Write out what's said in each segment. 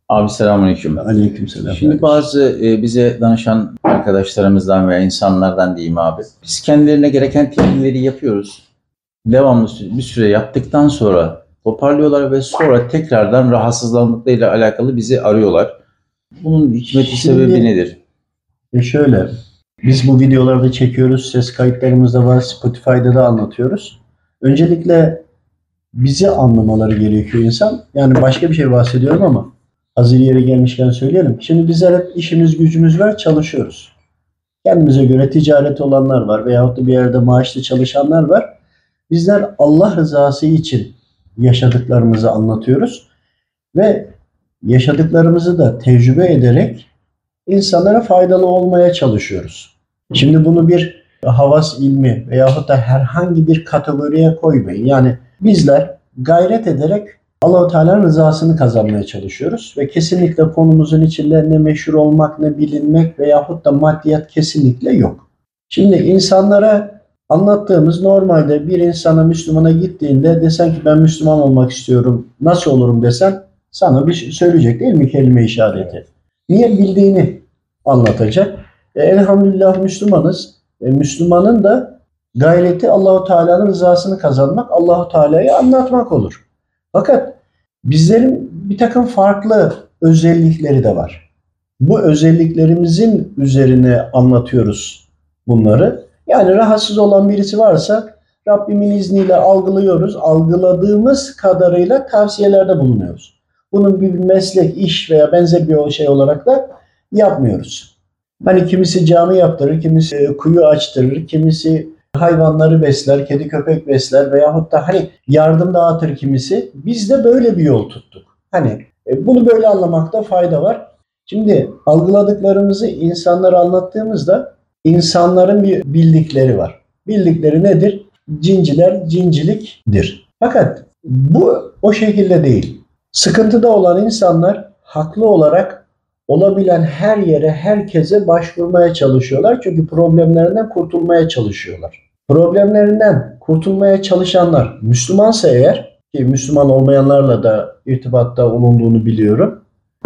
Abi selamünaleyküm. Aleykümselam Şimdi kardeşim. bazı bize danışan arkadaşlarımızdan veya insanlardan diyeyim abi. Biz kendilerine gereken teminleri yapıyoruz. Devamlı bir süre yaptıktan sonra toparlıyorlar ve sonra tekrardan rahatsızlandıklarıyla alakalı bizi arıyorlar. Bunun hikmeti sebebi Şimdi nedir? şöyle, biz bu videolarda çekiyoruz, ses kayıtlarımız da var, Spotify'da da anlatıyoruz. Öncelikle bizi anlamaları gerekiyor insan. Yani başka bir şey bahsediyorum ama hazır yere gelmişken söyleyelim. Şimdi bizler hep işimiz gücümüz var, çalışıyoruz. Kendimize göre ticaret olanlar var veyahut da bir yerde maaşlı çalışanlar var. Bizler Allah rızası için yaşadıklarımızı anlatıyoruz ve yaşadıklarımızı da tecrübe ederek insanlara faydalı olmaya çalışıyoruz. Şimdi bunu bir havas ilmi veyahut da herhangi bir kategoriye koymayın. Yani bizler gayret ederek Allah-u Teala'nın rızasını kazanmaya çalışıyoruz ve kesinlikle konumuzun içinde ne meşhur olmak, ne bilinmek veyahut da maddiyat kesinlikle yok. Şimdi insanlara anlattığımız normalde bir insana Müslümana gittiğinde desen ki ben Müslüman olmak istiyorum, nasıl olurum desen sana bir şey söyleyecek değil mi kelime işareti? Niye bildiğini anlatacak. Elhamdülillah Müslümanız. Müslümanın da gayreti Allahu Teala'nın rızasını kazanmak, Allahu Teala'yı anlatmak olur. Fakat bizlerin bir takım farklı özellikleri de var. Bu özelliklerimizin üzerine anlatıyoruz bunları. Yani rahatsız olan birisi varsa Rabbimin izniyle algılıyoruz. Algıladığımız kadarıyla tavsiyelerde bulunuyoruz. Bunun bir meslek, iş veya benzer bir şey olarak da yapmıyoruz. Hani kimisi cami yaptırır, kimisi kuyu açtırır, kimisi hayvanları besler, kedi köpek besler veyahut da hani yardım dağıtır kimisi. Biz de böyle bir yol tuttuk. Hani bunu böyle anlamakta fayda var. Şimdi algıladıklarımızı insanlara anlattığımızda insanların bir bildikleri var. Bildikleri nedir? Cinciler cinciliktir. Fakat bu o şekilde değil. Sıkıntıda olan insanlar haklı olarak olabilen her yere, herkese başvurmaya çalışıyorlar. Çünkü problemlerinden kurtulmaya çalışıyorlar. Problemlerinden kurtulmaya çalışanlar Müslümansa eğer, ki Müslüman olmayanlarla da irtibatta bulunduğunu biliyorum.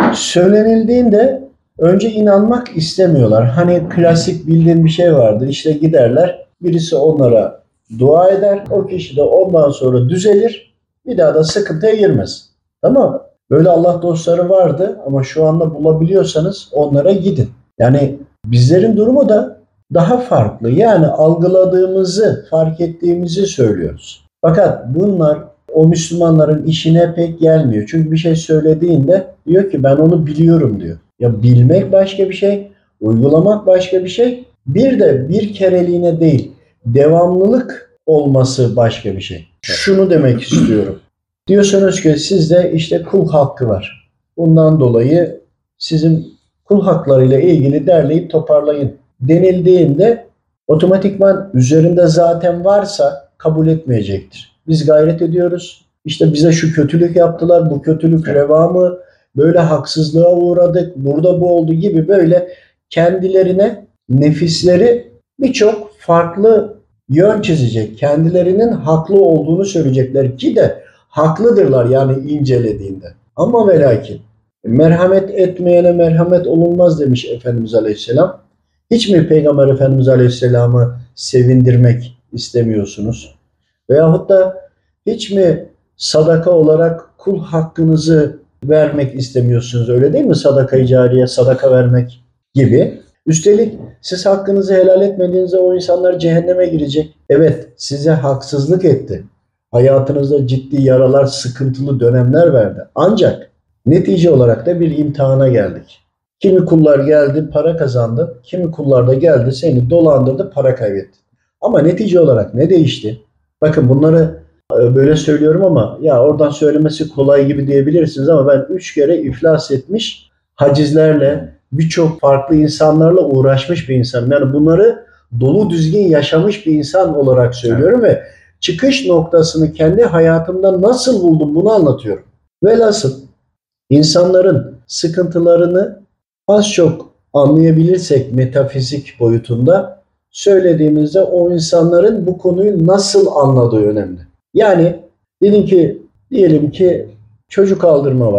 Söylenildiğinde önce inanmak istemiyorlar. Hani klasik bildiğin bir şey vardır. İşte giderler, birisi onlara dua eder. O kişi de ondan sonra düzelir. Bir daha da sıkıntıya girmez. Tamam mı? Böyle Allah dostları vardı ama şu anda bulabiliyorsanız onlara gidin. Yani bizlerin durumu da daha farklı. Yani algıladığımızı, fark ettiğimizi söylüyoruz. Fakat bunlar o Müslümanların işine pek gelmiyor. Çünkü bir şey söylediğinde diyor ki ben onu biliyorum diyor. Ya bilmek başka bir şey, uygulamak başka bir şey. Bir de bir kereliğine değil, devamlılık olması başka bir şey. Şunu demek istiyorum. Diyorsunuz ki sizde işte kul hakkı var. Bundan dolayı sizin kul haklarıyla ilgili derleyip toparlayın denildiğinde otomatikman üzerinde zaten varsa kabul etmeyecektir. Biz gayret ediyoruz. İşte bize şu kötülük yaptılar, bu kötülük reva mı? Böyle haksızlığa uğradık, burada bu oldu gibi böyle kendilerine nefisleri birçok farklı yön çizecek. Kendilerinin haklı olduğunu söyleyecekler ki de haklıdırlar yani incelediğinde. Ama ve lakin merhamet etmeyene merhamet olunmaz demiş Efendimiz Aleyhisselam. Hiç mi Peygamber Efendimiz Aleyhisselam'ı sevindirmek istemiyorsunuz? Veyahut da hiç mi sadaka olarak kul hakkınızı vermek istemiyorsunuz? Öyle değil mi? Sadaka-i cariye, sadaka vermek gibi. Üstelik siz hakkınızı helal etmediğinizde o insanlar cehenneme girecek. Evet, size haksızlık etti. Hayatınızda ciddi yaralar, sıkıntılı dönemler verdi. Ancak netice olarak da bir imtihana geldik. Kimi kullar geldi, para kazandı. Kimi kullar da geldi, seni dolandırdı, para kaybetti. Ama netice olarak ne değişti? Bakın bunları böyle söylüyorum ama ya oradan söylemesi kolay gibi diyebilirsiniz ama ben 3 kere iflas etmiş hacizlerle birçok farklı insanlarla uğraşmış bir insanım. Yani bunları dolu düzgün yaşamış bir insan olarak söylüyorum ve çıkış noktasını kendi hayatımda nasıl buldum bunu anlatıyorum. Velhasıl insanların sıkıntılarını az çok anlayabilirsek metafizik boyutunda söylediğimizde o insanların bu konuyu nasıl anladığı önemli. Yani diyelim ki çocuk aldırma var.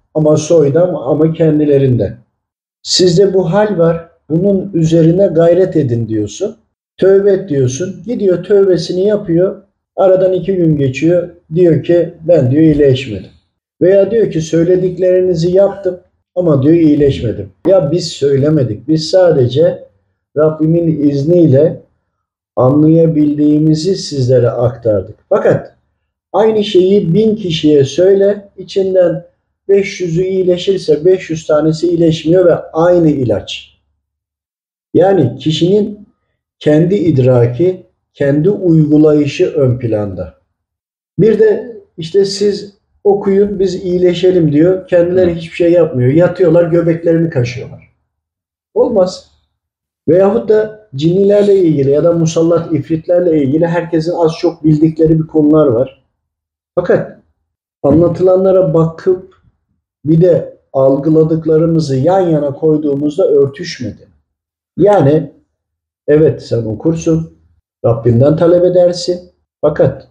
ama soydan ama kendilerinden. Sizde bu hal var. Bunun üzerine gayret edin diyorsun. Tövbe et diyorsun. Gidiyor tövbesini yapıyor. Aradan 2 gün geçiyor. Diyor ki ben diyor iyileşmedim. Veya diyor ki söylediklerinizi yaptım ama diyor iyileşmedim. Ya biz söylemedik. Biz sadece Rabbimin izniyle anlayabildiğimizi sizlere aktardık. Fakat aynı şeyi 1000 kişiye söyle, içinden 500'ü iyileşirse 500 tanesi iyileşmiyor ve aynı ilaç. Yani kişinin kendi idraki, kendi uygulayışı ön planda. Bir de işte siz okuyun biz iyileşelim diyor. Kendileri hiçbir şey yapmıyor. Yatıyorlar, göbeklerini kaşıyorlar. Olmaz. Veyahut da cinnilerle ilgili ya da musallat ifritlerle ilgili herkesin az çok bildikleri bir konular var. Fakat anlatılanlara bakıp bir de algıladıklarımızı yan yana koyduğumuzda örtüşmedi. Yani evet sen okursun, Rabbinden talep edersin. Fakat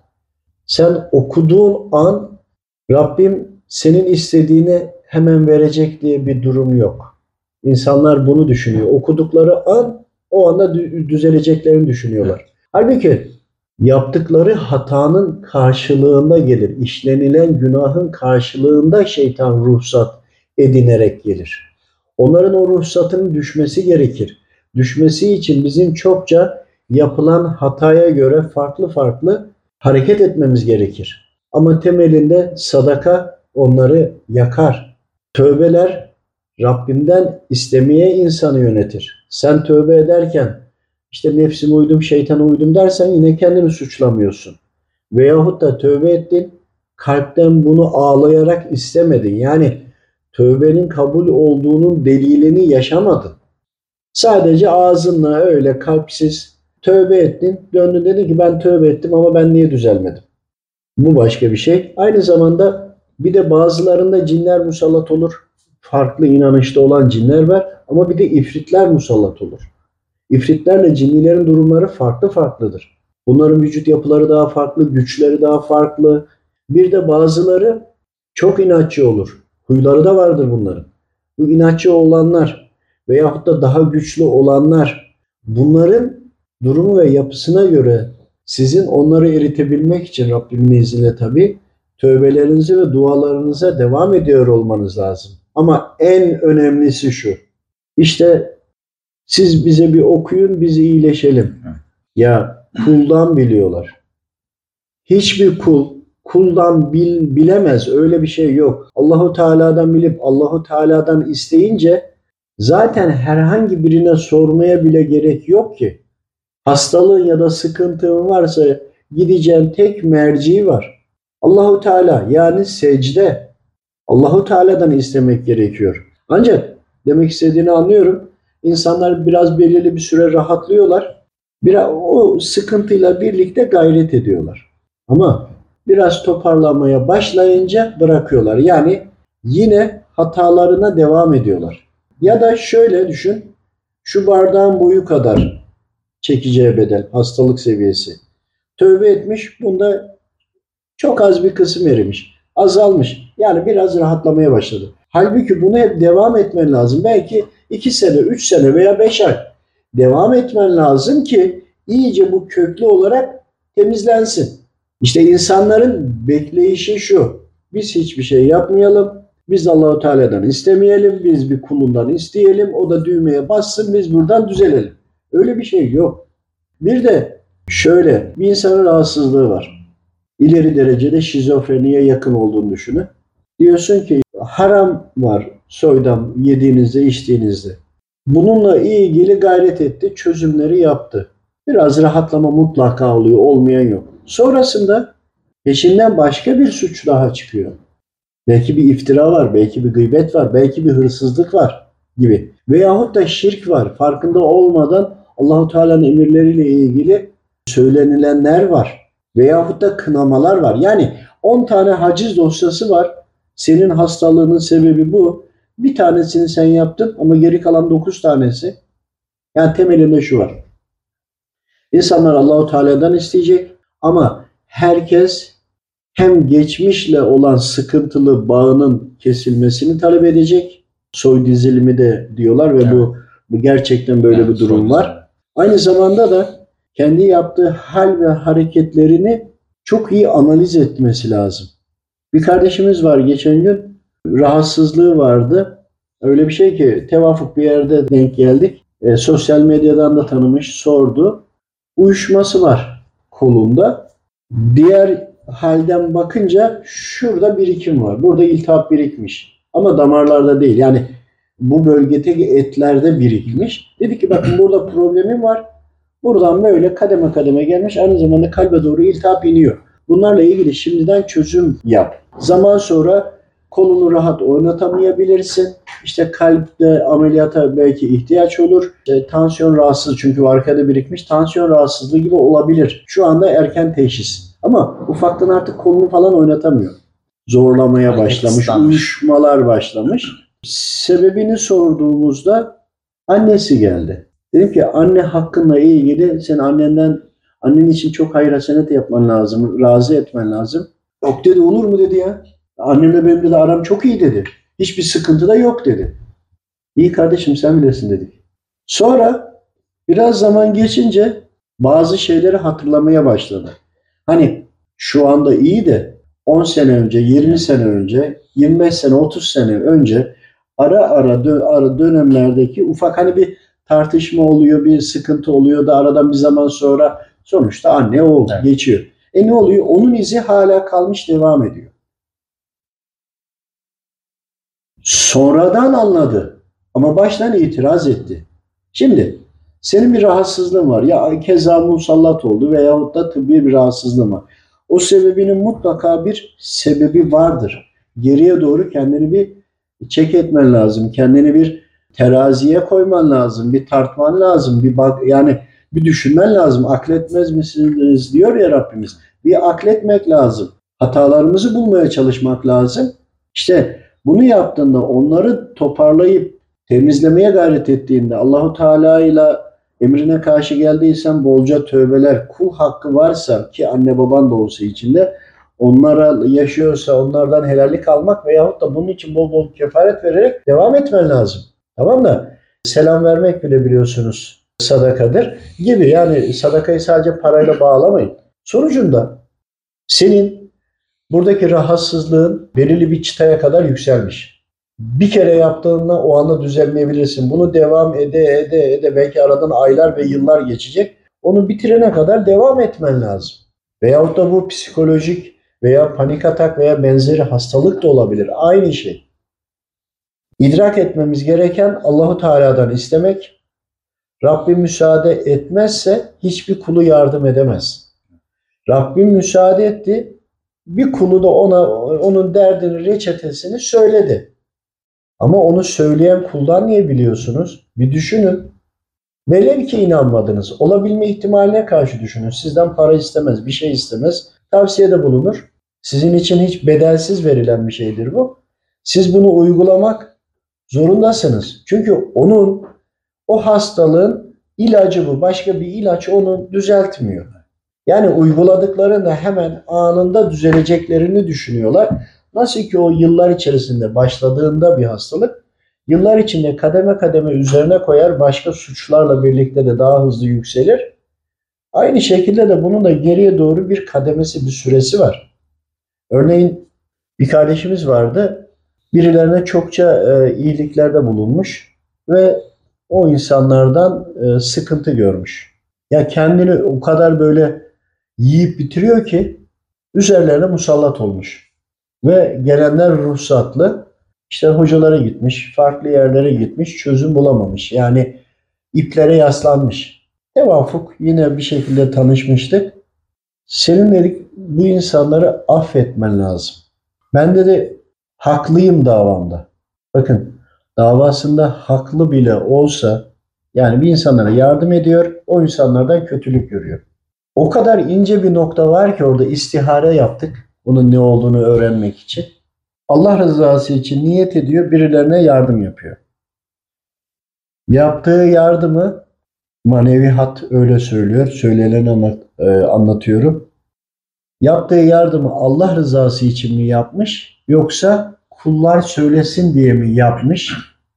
sen okuduğun an Rabbim senin istediğini hemen verecek diye bir durum yok. İnsanlar bunu düşünüyor. Okudukları an o anda düzeleceklerini düşünüyorlar. Halbuki yaptıkları hatanın karşılığında gelir. İşlenilen günahın karşılığında şeytan ruhsat edinerek gelir. Onların o ruhsatının düşmesi gerekir. Düşmesi için bizim çokça yapılan hataya göre farklı farklı hareket etmemiz gerekir. Ama temelinde sadaka onları yakar. Tövbeler Rabbimden istemeye insanı yönetir. Sen tövbe ederken işte nefsime uydum, şeytana uydum dersen yine kendini suçlamıyorsun. Veyahut da tövbe ettin, kalpten bunu ağlayarak istemedin. Yani tövbenin kabul olduğunun delilini yaşamadın. Sadece ağzınla öyle kalpsiz tövbe ettin, döndün dedin ki ben tövbe ettim ama ben niye düzelmedim? Bu başka bir şey. Aynı zamanda bir de bazılarında cinler musallat olur. Farklı inanışta olan cinler var ama bir de ifritler musallat olur. İfritlerle cinnilerin durumları farklı farklıdır. Bunların vücut yapıları daha farklı, güçleri daha farklı. Bir de bazıları çok inatçı olur. Huyları da vardır bunların. Bu inatçı olanlar veyahut da daha güçlü olanlar bunların durumu ve yapısına göre sizin onları eritebilmek için Rabbimin izniyle tabii tövbelerinizi ve dualarınıza devam ediyor olmanız lazım. Ama en önemlisi şu. İşte siz bize bir okuyun, biz iyileşelim. Ya kuldan biliyorlar. Hiçbir kuldan bilemez. Öyle bir şey yok. Allahu Teala'dan bilip Allahu Teala'dan isteyince zaten herhangi birine sormaya bile gerek yok ki. Hastalığın ya da sıkıntın varsa gideceğin tek merci var. Allahu Teala yani secde. Allahu Teala'dan istemek gerekiyor. Ancak demek istediğini anlıyorum. İnsanlar biraz belirli bir süre rahatlıyorlar. Biraz o sıkıntıyla birlikte gayret ediyorlar. Ama biraz toparlamaya başlayınca bırakıyorlar. Yani yine hatalarına devam ediyorlar. Ya da şöyle düşün. Şu bardağın boyu kadar çekeceği bedel, hastalık seviyesi. Tövbe etmiş, bunda çok az bir kısım erimiş. Azalmış. Yani biraz rahatlamaya başladı. Halbuki bunu hep devam etmen lazım. Belki 2 sene, 3 sene veya 5 ay devam etmen lazım ki iyice bu köklü olarak temizlensin. İşte insanların bekleyişi şu. Biz hiçbir şey yapmayalım. Biz Allahu Teala'dan istemeyelim. Biz bir kulundan isteyelim. O da düğmeye bassın. Biz buradan düzelelim. Öyle bir şey yok. Bir de şöyle bir insanın rahatsızlığı var. İleri derecede şizofreniye yakın olduğunu düşünün. Diyorsun ki haram var soydan yediğinizde, içtiğinizde. Bununla ilgili gayret etti, çözümleri yaptı. Biraz rahatlama mutlaka oluyor, olmayan yok. Sonrasında peşinden başka bir suç daha çıkıyor. Belki bir iftira var, belki bir gıybet var, belki bir hırsızlık var gibi. Veyahut da şirk var. Farkında olmadan Allahu Teala'nın emirleriyle ilgili söylenilenler var. Veyahut da kınamalar var. Yani 10 tane haciz dosyası var. Senin hastalığının sebebi bu. Bir tanesini sen yaptın ama geri kalan 9 tanesi. Yani temelinde şu var. İnsanlar Allahu Teala'dan isteyecek ama herkes hem geçmişle olan sıkıntılı bağının kesilmesini talep edecek. Soy dizilimi de diyorlar ve Evet. bu gerçekten böyle bir durum var. Aynı zamanda da kendi yaptığı hal ve hareketlerini çok iyi analiz etmesi lazım. Bir kardeşimiz var, geçen gün rahatsızlığı vardı. Öyle bir şey ki tevafuk bir yerde denk geldik. Sosyal medyadan da tanımış, sordu. Uyuşması var kolunda. Diğer halden bakınca şurada birikim var. Burada iltihap birikmiş. Ama damarlarda değil. Yani bu bölgedeki etlerde birikmiş. Dedi ki bakın burada problemim var. Buradan böyle kademe kademe gelmiş. Aynı zamanda kalbe doğru iltihap iniyor. Bunlarla ilgili şimdiden çözüm yap. Zaman sonra kolunu rahat oynatamayabilirsin. İşte kalpte ameliyata belki ihtiyaç olur. Tansiyon rahatsızlığı, çünkü arkada birikmiş, tansiyon rahatsızlığı gibi olabilir. Şu anda erken teşhis. Ama ufaktan artık kolunu falan oynatamıyor. Zorlamaya başlamış, uyuşmalar başlamış. Sebebini sorduğumuzda annesi geldi. Dedim ki anne hakkınla ilgili sen annen için çok hayır hasenet yapman lazım, razı etmen lazım. Yok dedi, olur mu dedi ya. Annemle benim de aram çok iyi dedi. Hiçbir sıkıntı da yok dedi. İyi kardeşim sen bilirsin dedik. Sonra biraz zaman geçince bazı şeyleri hatırlamaya başladı. Hani şu anda iyi de 10 sene önce, 20 sene önce, 25 sene, 30 sene önce ara dönemlerdeki ufak hani bir tartışma oluyor, bir sıkıntı oluyor da aradan bir zaman sonra sonuçta anne oğul geçiyor. Ne oluyor? Onun izi hala kalmış, devam ediyor. Sonradan anladı ama baştan itiraz etti. Şimdi senin bir rahatsızlığın var ya, keza musallat oldu veyahut da tıbbi bir rahatsızlığın var. O sebebinin mutlaka bir sebebi vardır. Geriye doğru kendini bir çek etmen lazım. Kendini bir teraziye koyman lazım. Bir tartman lazım. Yani bir düşünmen lazım. Akletmez misiniz diyor ya Rabbimiz. Bir akletmek lazım. Hatalarımızı bulmaya çalışmak lazım. İşte bunu yaptığında, onları toparlayıp temizlemeye gayret ettiğinde, Allahu Teala ile emrine karşı geldiysen bolca tövbeler, kul hakkı varsa ki anne baban da olsa içinde, onlara yaşıyorsa onlardan helallik almak veyahut da bunun için bol bol kefaret vererek devam etmen lazım. Tamam da selam vermek bile biliyorsunuz sadakadır gibi. Yani sadakayı sadece parayla bağlamayın. Sonucunda senin buradaki rahatsızlığın belirli bir çıtaya kadar yükselmiş. Bir kere yaptığında o anda düzelmeyebilirsin. Bunu devam ede belki aradan aylar ve yıllar geçecek. Onu bitirene kadar devam etmen lazım. Veyahut da bu psikolojik veya panik atak veya benzeri hastalık da olabilir. Aynı şey. İdrak etmemiz gereken Allahu Teala'dan istemek. Rabbim müsaade etmezse hiçbir kulu yardım edemez. Rabbim müsaade etti. Bir kulu da onun derdini, reçetesini söyledi. Ama onu söyleyen kuldan niye biliyorsunuz? Bir düşünün. Velev ki inanmadınız. Olabilme ihtimaline karşı düşünün. Sizden para istemez, bir şey istemez. Tavsiyede bulunur. Sizin için hiç bedelsiz verilen bir şeydir bu. Siz bunu uygulamak zorundasınız. Çünkü o hastalığın ilacı bu. Başka bir ilaç onu düzeltmiyor. Yani uyguladıklarında hemen anında düzeleceklerini düşünüyorlar. Nasıl ki o yıllar içerisinde başladığında bir hastalık, yıllar içinde kademe kademe üzerine koyar, başka suçlarla birlikte de daha hızlı yükselir. Aynı şekilde de bunun da geriye doğru bir kademesi, bir süresi var. Örneğin bir kardeşimiz vardı, birilerine çokça iyiliklerde bulunmuş ve o insanlardan sıkıntı görmüş. Ya kendini o kadar böyle yiyip bitiriyor ki üzerlerine musallat olmuş. Ve gelenler ruhsatlı, işte hocalara gitmiş, farklı yerlere gitmiş, çözüm bulamamış. Yani iplere yaslanmış. Tevafuk yine bir şekilde tanışmıştık. Senin dedik bu insanları affetmen lazım. Ben de haklıyım davamda. Bakın davasında haklı bile olsa yani bir insanlara yardım ediyor, o insanlardan kötülük görüyor. O kadar ince bir nokta var ki orada istihare yaptık. Bunun ne olduğunu öğrenmek için. Allah rızası için niyet ediyor, birilerine yardım yapıyor. Yaptığı yardımı manevi hat öyle söylüyor. Söyleneni anlatıyorum. Yaptığı yardımı Allah rızası için mi yapmış yoksa kullar söylesin diye mi yapmış?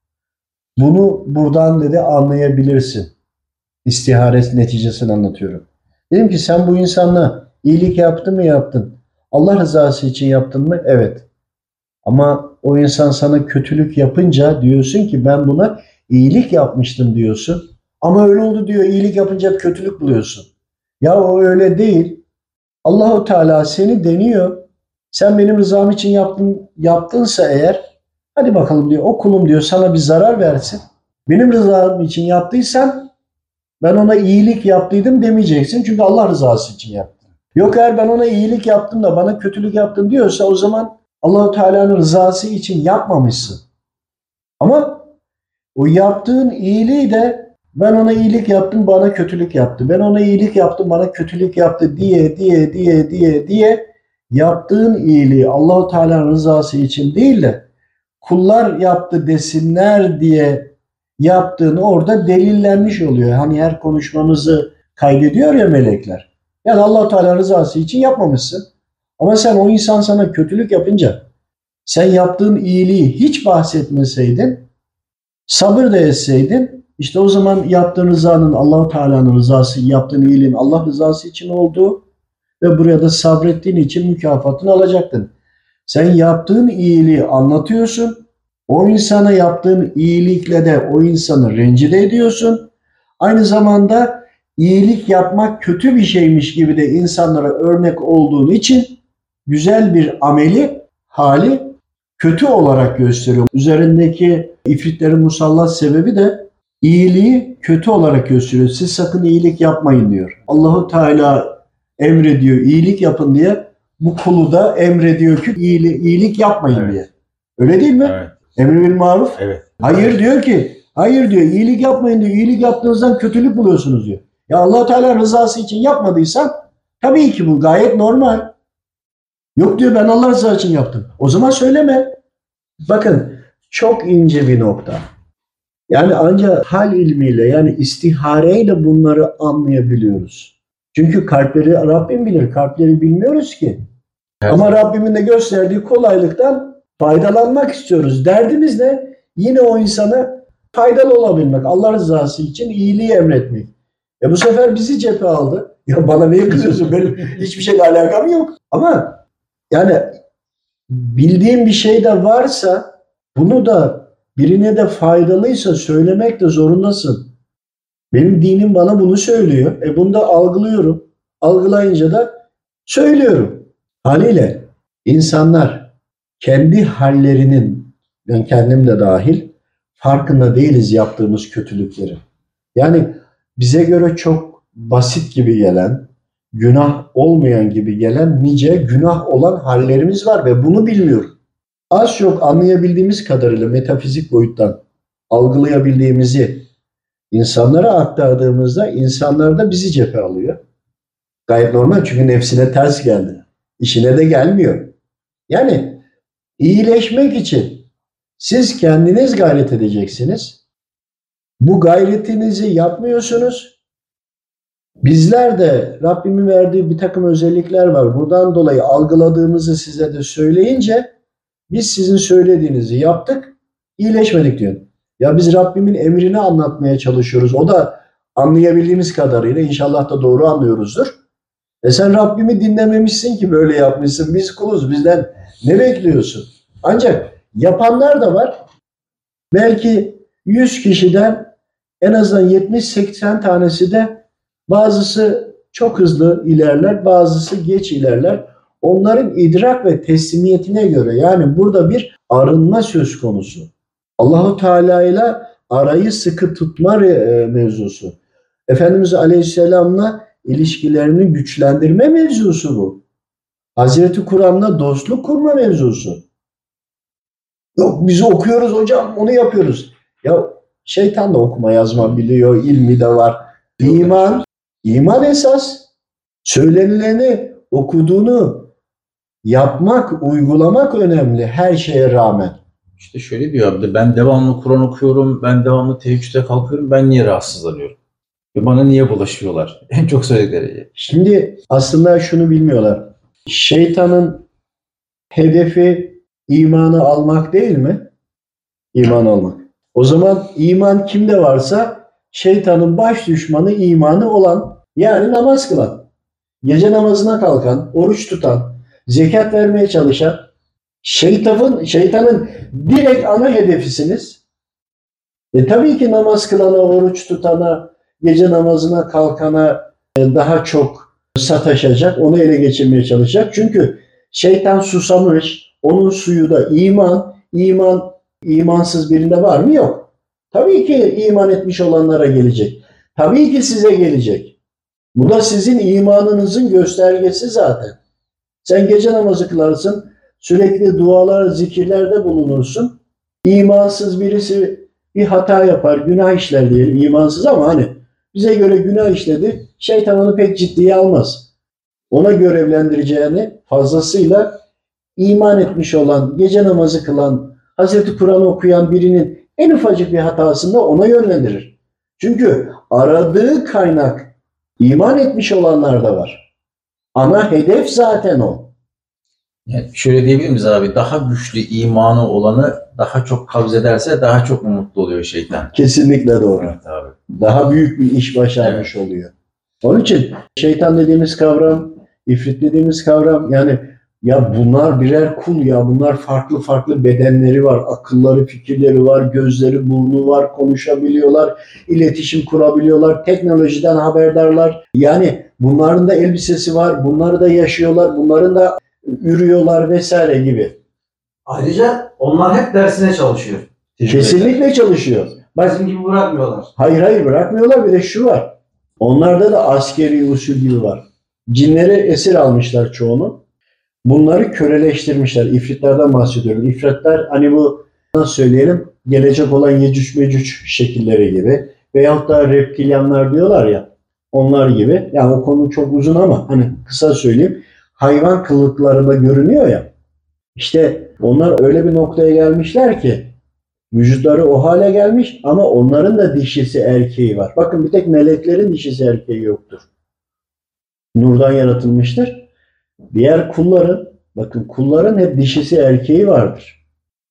Bunu buradan dedi anlayabilirsin. İstiharet neticesini anlatıyorum. Dedim ki sen bu insanla iyilik yaptın mı yaptın? Allah rızası için yaptın mı? Evet. Ama o insan sana kötülük yapınca diyorsun ki ben buna iyilik yapmıştım diyorsun. Ama öyle oldu diyor iyilik yapınca hep kötülük buluyorsun. Ya o öyle değil. Allahu Teala seni deniyor. Sen benim rızam için yaptınsa eğer hadi bakalım diyor o kulum diyor sana bir zarar versin. Benim rızam için yaptıysan ben ona iyilik yaptıydım demeyeceksin. Çünkü Allah rızası için yaptın. Yok eğer ben ona iyilik yaptım da bana kötülük yaptın diyorsa o zaman Allah-u Teala'nın rızası için yapmamışsın. Ama o yaptığın iyiliği de ben ona iyilik yaptım bana kötülük yaptı. Ben ona iyilik yaptım bana kötülük yaptı diye yaptığın iyiliği Allah-u Teala'nın rızası için değil de kullar yaptı desinler diye yaptığın orada delillenmiş oluyor. Hani her konuşmamızı kaydediyor ya melekler. Yani Allah-u Teala rızası için yapmamışsın. Ama sen o insan sana kötülük yapınca sen yaptığın iyiliği hiç bahsetmeseydin, sabır da etseydin, işte o zaman yaptığın rızanın Allah-u Teala'nın rızası, yaptığın iyiliğin Allah rızası için olduğu ve buraya da sabrettiğin için mükafatını alacaktın. Sen yaptığın iyiliği anlatıyorsun. O insana yaptığın iyilikle de o insanı rencide ediyorsun. Aynı zamanda iyilik yapmak kötü bir şeymiş gibi de insanlara örnek olduğun için güzel bir ameli, hali kötü olarak gösteriyor. Üzerindeki ifritlerin musallat sebebi de iyiliği kötü olarak gösteriyor. Siz sakın iyilik yapmayın diyor. Allahu Teala emrediyor iyilik yapın diye. Bu kulu da emrediyor ki iyilik yapmayın diye. Öyle değil mi? Evet. Emri bil maruf. Evet. Hayır diyor ki, hayır diyor iyilik yapmayın diyor. İyilik yaptığınızdan kötülük buluyorsunuz diyor. Ya Allah Teala rızası için yapmadıysan tabii ki bu gayet normal. Yok diyor ben Allah rızası için yaptım. O zaman söyleme. Bakın çok ince bir nokta. Yani ancak hal ilmiyle yani istihareyle bunları anlayabiliyoruz. Çünkü kalpleri Rabbim bilir. Kalpleri bilmiyoruz ki. Evet. Ama Rabbimin de gösterdiği kolaylıktan faydalanmak istiyoruz. Derdimiz ne? Yine o insana faydalı olabilmek. Allah rızası için iyiliği emretmek. Bu sefer bizi cephe aldı. Ya bana niye kızıyorsun? Benim hiçbir şeyle alakam yok. Ama yani bildiğim bir şey de varsa bunu da birine de faydalıysa söylemek de zorundasın. Benim dinim bana bunu söylüyor. Bunu da algılıyorum. Algılayınca da söylüyorum. Haliyle insanlar kendi hallerinin, ben kendim de dahil, farkında değiliz yaptığımız kötülükleri. Yani bize göre çok basit gibi gelen, günah olmayan gibi gelen nice günah olan hallerimiz var ve bunu bilmiyorum. Az çok anlayabildiğimiz kadarıyla metafizik boyuttan algılayabildiğimizi insanlara aktardığımızda insanlar da bizi cephe alıyor. Gayet normal çünkü nefsine ters geldi. İşine de gelmiyor. Yani iyileşmek için siz kendiniz gayret edeceksiniz. Bu gayretinizi yapmıyorsunuz. Bizler de Rabbimin verdiği bir takım özellikler var. Buradan dolayı algıladığımızı size de söyleyince biz sizin söylediğinizi yaptık, iyileşmedik diyor. Ya biz Rabbimin emrini anlatmaya çalışıyoruz. O da anlayabildiğimiz kadarıyla inşallah da doğru anlıyoruzdur. Sen Rabbimi dinlememişsin ki böyle yapmışsın. Biz kuluz, bizden ne bekliyorsun? Ancak yapanlar da var. Belki 100 kişiden en azından 70-80 tanesi de bazısı çok hızlı ilerler, bazısı geç ilerler. Onların idrak ve teslimiyetine göre yani burada bir arınma söz konusu. Allahu Teala ile arayı sıkı tutma mevzusu. Efendimiz Aleyhisselam'la ilişkilerini güçlendirme mevzusu bu. Hazreti Kur'an'la dostluk kurma mevzusu. Yok biz okuyoruz hocam onu yapıyoruz. Ya şeytan da okuma yazma biliyor, ilmi de var. İman esas. Söylenileni, okuduğunu yapmak, uygulamak önemli her şeye rağmen. İşte şöyle diyor abi de ben devamlı Kur'an okuyorum, ben devamlı teheccüde kalkıyorum, ben niye rahatsızlanıyorum? Ve bana niye bulaşıyorlar? En çok söyledikleri. Şimdi aslında şunu bilmiyorlar. Şeytanın hedefi imanı almak değil mi? İman almak. O zaman iman kimde varsa şeytanın baş düşmanı imanı olan, yani namaz kılan, gece namazına kalkan, oruç tutan, zekat vermeye çalışan, şeytanın direkt ana hedefisiniz. Tabii ki namaz kılana, oruç tutana, gece namazına kalkana daha çok sataşacak, onu ele geçirmeye çalışacak. Çünkü şeytan susamış, onun suyu da iman. İmansız birinde var mı? Yok. Tabii ki iman etmiş olanlara gelecek. Tabii ki size gelecek. Bu da sizin imanınızın göstergesi zaten. Sen gece namazı kılarsın, sürekli dualar, zikirlerde bulunursun. İmansız birisi bir hata yapar, günah işler diyelim, imansız ama hani bize göre günah işledi, şeytan onu pek ciddiye almaz. Ona görevlendireceğini fazlasıyla iman etmiş olan, gece namazı kılan, Hazreti Kur'an okuyan birinin en ufacık bir hatasında ona yönlendirir. Çünkü aradığı kaynak iman etmiş olanlar da var. Ana hedef zaten o. Yani şöyle diyebilir miyiz abi? Daha güçlü imanı olanı daha çok kabz ederse daha çok mu mutlu oluyor şeytan? Kesinlikle doğru. Evet abi. Daha büyük bir iş başarmış oluyor. Onun için şeytan dediğimiz kavram, ifrit dediğimiz kavram, yani ya bunlar birer kul ya, bunlar farklı farklı bedenleri var, akılları, fikirleri var, gözleri, burnu var, konuşabiliyorlar, iletişim kurabiliyorlar, teknolojiden haberdarlar. Yani bunların da elbisesi var, bunları da yaşıyorlar, bunların da ürüyorlar vesaire gibi. Ayrıca onlar hep dersine çalışıyor. Kesinlikle çalışıyor. Bizim gibi bırakmıyorlar. Hayır bırakmıyorlar. Bir de şu var. Onlarda da askeri usul gibi var. Cinleri esir almışlar çoğunu. Bunları köleleştirmişler. İfritlerden bahsediyorum. İfritler hani bu nasıl söyleyelim, gelecek olan Yecüc Mecüc şekilleri gibi. Veyahut da reptilyanlar diyorlar ya, onlar gibi. Yani o konu çok uzun ama hani kısa söyleyeyim. Hayvan kılıklarında görünüyor ya. İşte onlar öyle bir noktaya gelmişler ki vücutları o hale gelmiş ama onların da dişisi erkeği var. Bakın bir tek meleklerin dişisi erkeği yoktur. Nurdan yaratılmıştır. Diğer kulların, bakın kulların hep dişisi erkeği vardır.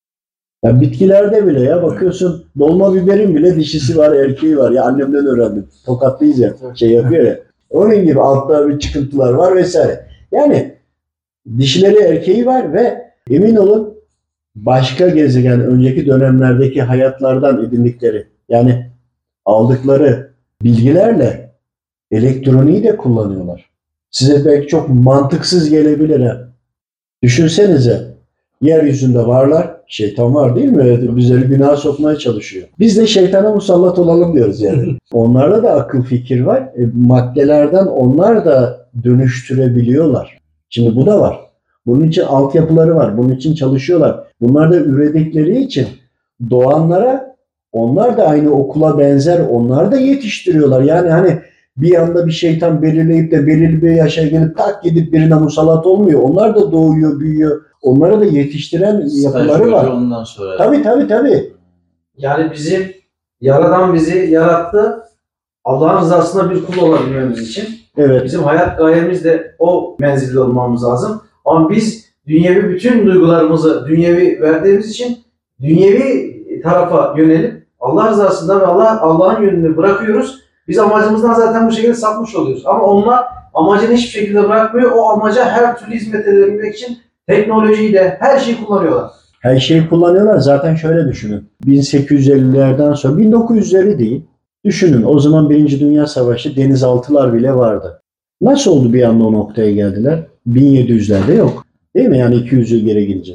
Ya bitkilerde bile ya bakıyorsun, dolma biberin bile dişisi var, erkeği var. Ya annemden öğrendim. Tokatlıyız ya, şey yapıyor ya. Onun gibi altta bir çıkıntılar var vesaire. Yani dişileri erkeği var ve emin olun başka gezegen, önceki dönemlerdeki hayatlardan edindikleri, yani aldıkları bilgilerle elektroniği de kullanıyorlar. Size belki çok mantıksız gelebilir ha. Düşünsenize, yeryüzünde varlar, şeytan var değil mi? Evet, bizleri günaha sokmaya çalışıyor. Biz de şeytana musallat olalım diyoruz yani. Onlarda da akıl fikir var. Maddelerden onlar da dönüştürebiliyorlar. Şimdi bu da var. Bunun için altyapıları var. Bunun için çalışıyorlar. Bunlar da üredikleri için doğanlara onlar da aynı okula benzer, onlar da yetiştiriyorlar. Yani hani bir anda bir şeytan belirleyip de belirli bir yaşa gelip tak gidip birine musallat olmuyor. Onlar da doğuyor, büyüyor. Onlara da yetiştiren yapıları var. Ondan sonra. Tabii. Yani Yaradan bizi yarattı. Allah'ın rızasına bir kul olabilmemiz için. Evet. Bizim hayat gayemiz de o menzilde olmamız lazım. Ama biz dünyevi bütün duygularımızı dünyevi verdiğimiz için dünyevi tarafa yönelip Allah rızasından ve Allah'ın yönünü bırakıyoruz. Biz amacımızdan zaten bu şekilde sapmış oluyoruz. Ama onlar amacını hiçbir şekilde bırakmıyor. O amaca her türlü hizmet edebilmek için teknolojiyi de her şeyi kullanıyorlar. Her şeyi kullanıyorlar. Zaten şöyle düşünün. 1850'lerden sonra 1900'leri değil. Düşünün, o zaman Birinci Dünya Savaşı, denizaltılar bile vardı. Nasıl oldu bir anda o noktaya geldiler? 1700'lerde yok. Değil mi? Yani 200 yıl geri gidince.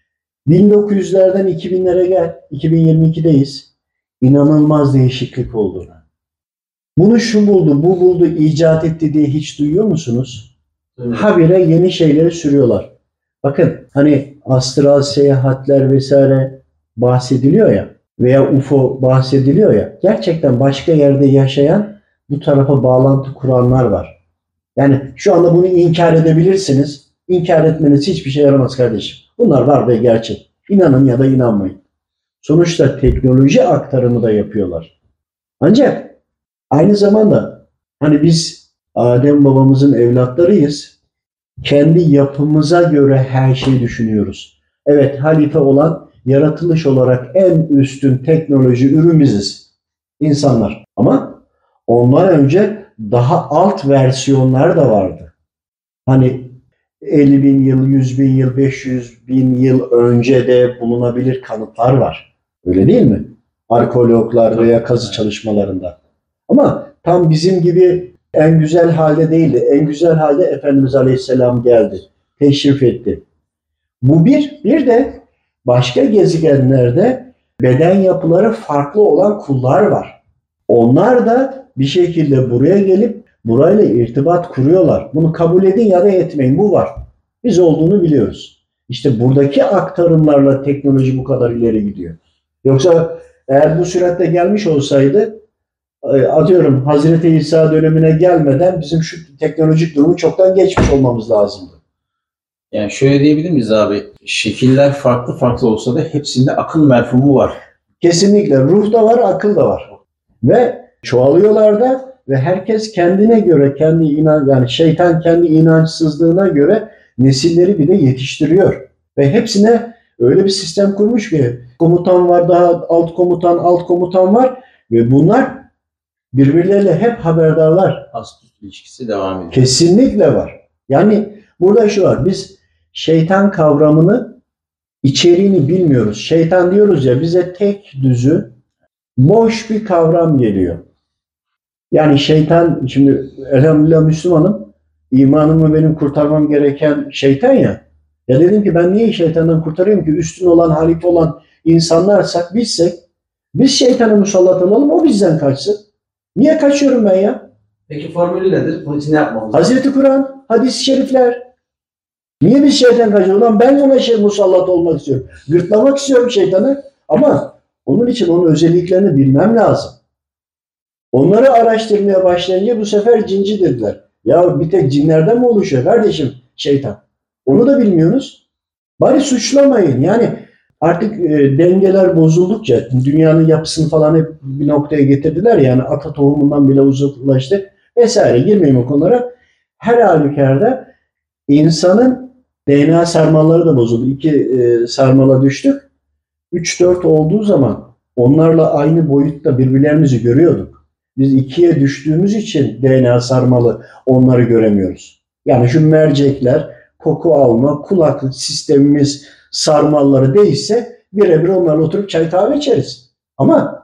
1900'lerden 2000'lere gel. 2022'deyiz. İnanılmaz değişiklik oldu. Bunu şu buldu, bu buldu, icat etti diye hiç duyuyor musunuz? Evet. Habire yeni şeyleri sürüyorlar. Bakın hani astral seyahatler vesaire bahsediliyor ya veya UFO bahsediliyor ya. Gerçekten başka yerde yaşayan, bu tarafa bağlantı kuranlar var. Yani şu anda bunu inkar edebilirsiniz. İnkar etmeniz hiçbir şey yaramaz kardeşim. Bunlar var ve gerçek. İnanın ya da inanmayın. Sonuçta teknoloji aktarımı da yapıyorlar. Ancak aynı zamanda hani biz Adem babamızın evlatlarıyız. kendi yapımıza göre her şeyi düşünüyoruz. Evet, halife olan yaratılış olarak en üstün teknoloji ürün biziz. İnsanlar. Ama ondan önce daha alt versiyonlar da vardı. Hani 50 bin yıl, 100 bin yıl, 500 bin yıl önce de bulunabilir kanıtlar var. Öyle değil mi? Arkeologlar veya kazı çalışmalarında. Ama tam bizim gibi en güzel halde değildi. En güzel halde Efendimiz Aleyhisselam geldi. Teşrif etti. Bu bir. Bir de başka gezegenlerde beden yapıları farklı olan kullar var. Onlar da bir şekilde buraya gelip burayla irtibat kuruyorlar. Bunu kabul edin ya da etmeyin. Bu var. Biz olduğunu biliyoruz. İşte buradaki aktarımlarla teknoloji bu kadar ileri gidiyor. Yoksa eğer bu süratle gelmiş olsaydı, atıyorum Hazreti İsa dönemine gelmeden bizim şu teknolojik durumu çoktan geçmiş olmamız lazımdı. Yani şöyle diyebilir miyiz abi? Şekiller farklı farklı olsa da hepsinde akıl mefhumu var. Kesinlikle. Ruh da var, akıl da var. Ve çoğalıyorlar da ve herkes kendine göre, kendi yani şeytan kendi inançsızlığına göre nesilleri bir de yetiştiriyor. Ve hepsine öyle bir sistem kurmuş ki komutan var, daha alt komutan var ve bunlar birbirleriyle hep haberdarlar. Ast-üst ilişkisi devam ediyor. Kesinlikle var. Yani burada şu var, biz şeytan kavramını, içeriğini bilmiyoruz. Şeytan diyoruz ya, bize tek düzü, boş bir kavram geliyor. Yani şeytan, şimdi elhamdülillah Müslümanım, imanımı benim kurtarmam gereken şeytan ya. Ya dedim ki ben niye şeytandan kurtarayım ki? Üstün olan, halife olan insanlarsak, bizsek, biz şeytana musallat olalım, o bizden kaçsın. Niye kaçıyorum ben ya? Peki formülü nedir? Bunun için ne yapmamız lazım? Hazreti Kur'an, hadis-i şerifler. Niye biz şeytan kaçıyoruz? Ulan ben ona musallat olmak istiyorum. Gırtlamak istiyorum şeytanı ama onun için onun özelliklerini bilmem lazım. Onları araştırmaya başlayınca bu sefer cinci dediler. Ya bir tek cinlerden mi oluşuyor kardeşim şeytan? Onu da bilmiyorsunuz. Bari suçlamayın. Yani artık dengeler bozuldukça dünyanın yapısını falan hep bir noktaya getirdiler. Yani ata tohumundan bile uzaklaştı vesaire. Girmeyeyim o konulara. Her halükarda insanın DNA sarmalları da bozuldu. 2 sarmala düştük. 3-4 olduğu zaman onlarla aynı boyutta birbirlerimizi görüyorduk. Biz 2'ye düştüğümüz için DNA sarmalı onları göremiyoruz. Yani şu mercekler, koku alma, kulaklık sistemimiz sarmalları değişse birebir onlarla oturup çay kahve içeriz. Ama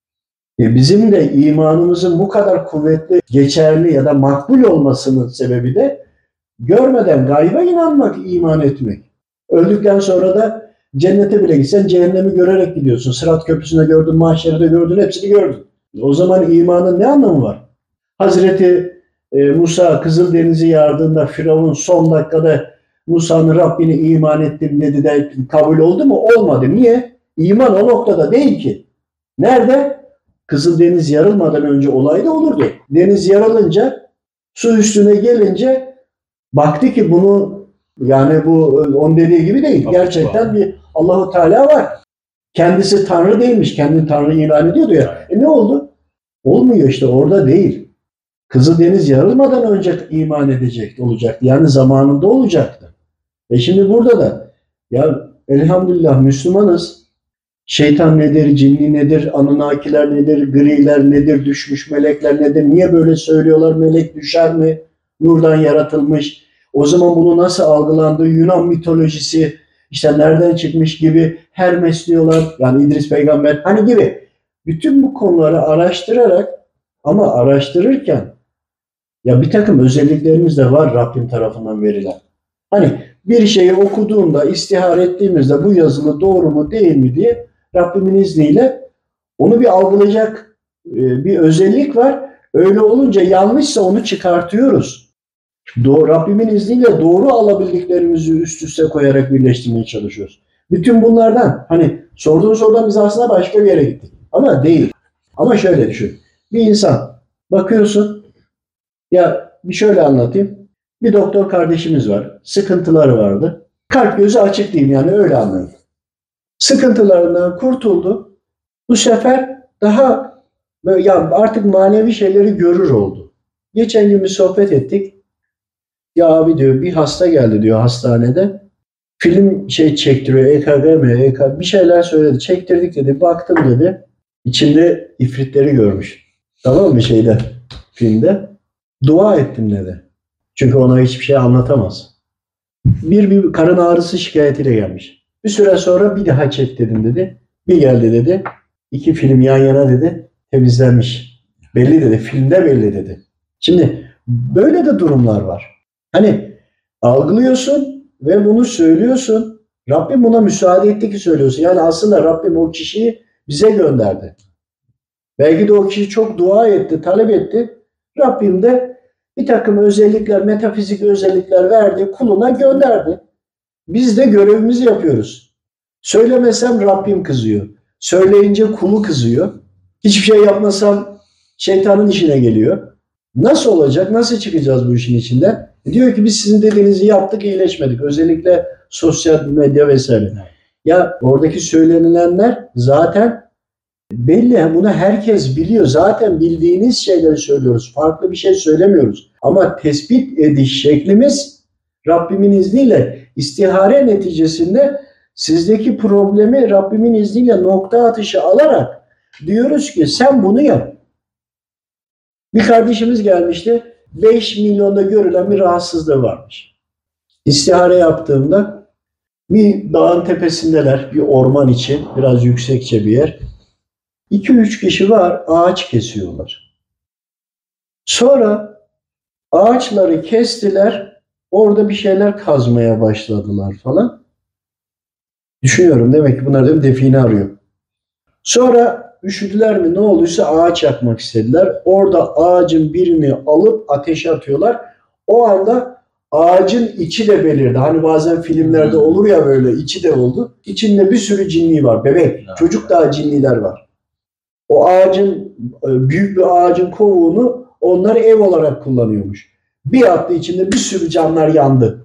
bizim de imanımızın bu kadar kuvvetli, geçerli ya da makbul olmasının sebebi de görmeden gayba inanmak, iman etmek. Öldükten sonra da cennete bile gitsen cehennemi görerek gidiyorsun. Sırat köprüsünde gördün, mahşerde gördün, hepsini gördün. O zaman imanın ne anlamı var? Hazreti Musa Kızıldeniz'i yardığında Firavun son dakikada Musa'nın Rabbini iman ettim dedi de kabul oldu mu? Olmadı. Niye? İman o noktada değil ki. Nerede? Kızıldeniz yarılmadan önce olayda olurdu. Deniz yarılınca, su üstüne gelince baktı ki bunu, yani bu onun dediği gibi değil. Gerçekten bir Allahu Teala var. Kendisi Tanrı değilmiş. Kendini Tanrı ilan ediyordu ya. Ne oldu? Olmuyor işte, orada değil. Kızıldeniz yarılmadan önce iman edecekti, olacaktı. Yani zamanında olacaktı. Şimdi burada da ya elhamdülillah Müslümanız. Şeytan nedir, cinni nedir, Anunnakiler nedir, griler nedir, düşmüş melekler nedir? Niye böyle söylüyorlar? Melek düşer mi? Nurdan yaratılmış. O zaman bunu nasıl algılandı? Yunan mitolojisi işte nereden çıkmış gibi, Hermes diyorlar. Yani İdris peygamber hani gibi. Bütün bu konuları araştırarak, ama araştırırken ya bir takım özelliklerimiz de var Rabbim tarafından verilen. Hani bir şeyi okuduğunda, istihar ettiğimizde bu yazılı doğru mu değil mi diye Rabbimin izniyle onu bir algılayacak bir özellik var. Öyle olunca yanlışsa onu çıkartıyoruz. Rabbimin izniyle doğru alabildiklerimizi üst üste koyarak birleştirmeye çalışıyoruz. Bütün bunlardan hani sorduğun sorudan biz aslında başka bir yere gittik. Ama değil. Ama şöyle düşün. Bir insan bakıyorsun, ya bir şöyle anlatayım. Bir doktor kardeşimiz var. Sıkıntıları vardı. Kalp gözü açık diyeyim, yani öyle anlayın. Sıkıntılarından kurtuldu. Bu sefer daha ya artık manevi şeyleri görür oldu. Geçen gün bir sohbet ettik. Ya abi diyor bir hasta geldi diyor hastanede. Film çektiriyor. EKG mi? EKG bir şeyler söyledi. Çektirdik dedi. Baktım dedi. İçinde ifritleri görmüş. Tamam mı filmde? Dua ettim dedi. Çünkü ona hiçbir şey anlatamaz. Bir karın ağrısı şikayetiyle gelmiş. Bir süre sonra bir daha çek dedim dedi. Bir geldi dedi. 2 film yan yana dedi. Temizlenmiş. Belli dedi. Filmde belli dedi. Şimdi böyle de durumlar var. Hani algılıyorsun ve bunu söylüyorsun. Rabbim buna müsaade etti ki söylüyorsun. Yani aslında Rabbim o kişiyi bize gönderdi. Belki de o kişi çok dua etti, talep etti. Rabbim de bir takım özellikler, metafizik özellikler verdi, kuluna gönderdi. Biz de görevimizi yapıyoruz. Söylemesem Rabbim kızıyor. Söyleyince kulu kızıyor. Hiçbir şey yapmasam şeytanın işine geliyor. Nasıl olacak? Nasıl çıkacağız bu işin içinden? Diyor ki biz sizin dediğinizi yaptık, iyileşmedik. Özellikle sosyal medya vesaire. Ya oradaki söylenilenler zaten belli. Bunu herkes biliyor. Zaten bildiğiniz şeyleri söylüyoruz. Farklı bir şey söylemiyoruz. Ama tespit ediş şeklimiz Rabbimin izniyle istihare neticesinde sizdeki problemi Rabbimin izniyle nokta atışı alarak diyoruz ki sen bunu yap. Bir kardeşimiz gelmişti. 5 milyonda görülen bir rahatsızlığı varmış. İstihare yaptığımda bir dağın tepesindeler, bir orman içi, biraz yüksekçe bir yer. 2-3 kişi var, ağaç kesiyorlar. Sonra ağaçları kestiler, orada bir şeyler kazmaya başladılar falan. Düşünüyorum, demek ki bunlar da bir define arıyor. Sonra üşüdüler mi ne olduysa ağaç yakmak istediler. Orada ağacın birini alıp ateşe atıyorlar. O anda ağacın içi de belirdi. Hani bazen filmlerde olur ya böyle içi de oldu. İçinde bir sürü cinni var. Bebek, çocuk daha cinniler var. O ağacın, büyük bir ağacın kovuğunu onlar ev olarak kullanıyormuş. Bir hafta içinde bir sürü canlar yandı.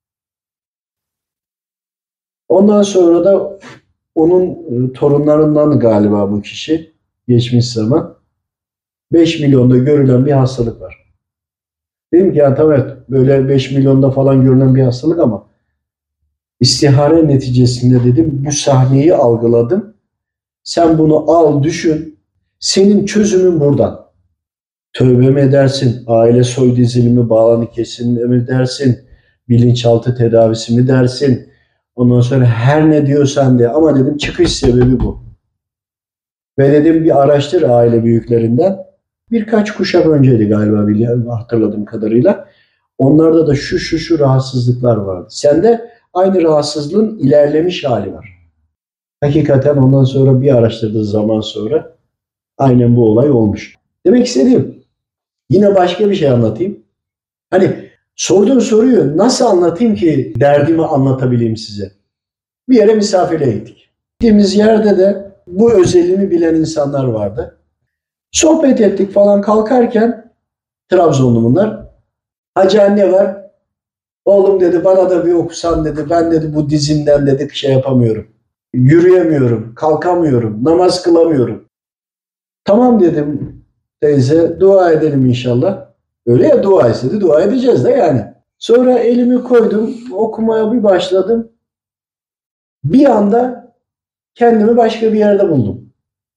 Ondan sonra da onun torunlarından galiba bu kişi geçmiş zaman 5 milyonda görülen bir hastalık var. Dedim ki ya tamam evet, böyle 5 milyonda falan görülen bir hastalık ama istihare neticesinde dedim bu sahneyi algıladım. Sen bunu al düşün. Senin çözümün buradan. Tövbe mi edersin? Aile soy dizilimi bağlanı kesin mi dersin? Bilinçaltı tedavisi mi dersin? Ondan sonra her ne diyorsan de ama dedim çıkış sebebi bu. Ve dedim bir araştır aile büyüklerinden. Birkaç kuşak önceydi galiba hatırladığım kadarıyla. Onlarda da şu rahatsızlıklar vardı. Sende aynı rahatsızlığın ilerlemiş hali var. Hakikaten ondan sonra bir araştırdığı zaman sonra aynen bu olay olmuş. Demek istediğim yine başka bir şey anlatayım. Hani sorduğun soruyu nasıl anlatayım ki derdimi anlatabileyim size? Bir yere misafirliğe gittik. Gittiğimiz yerde de bu özelliğimi bilen insanlar vardı. Sohbet ettik falan kalkarken Trabzonlu bunlar. Hacı anne var. Oğlum dedi bana da bir okusan dedi. Ben dedi bu dizimden dedi şey yapamıyorum. Yürüyemiyorum, kalkamıyorum, namaz kılamıyorum. Tamam dedim teyze dua edelim inşallah. Öyle ya dua istedi dua edeceğiz de yani. Sonra elimi koydum okumaya bir başladım. Bir anda kendimi başka bir yerde buldum.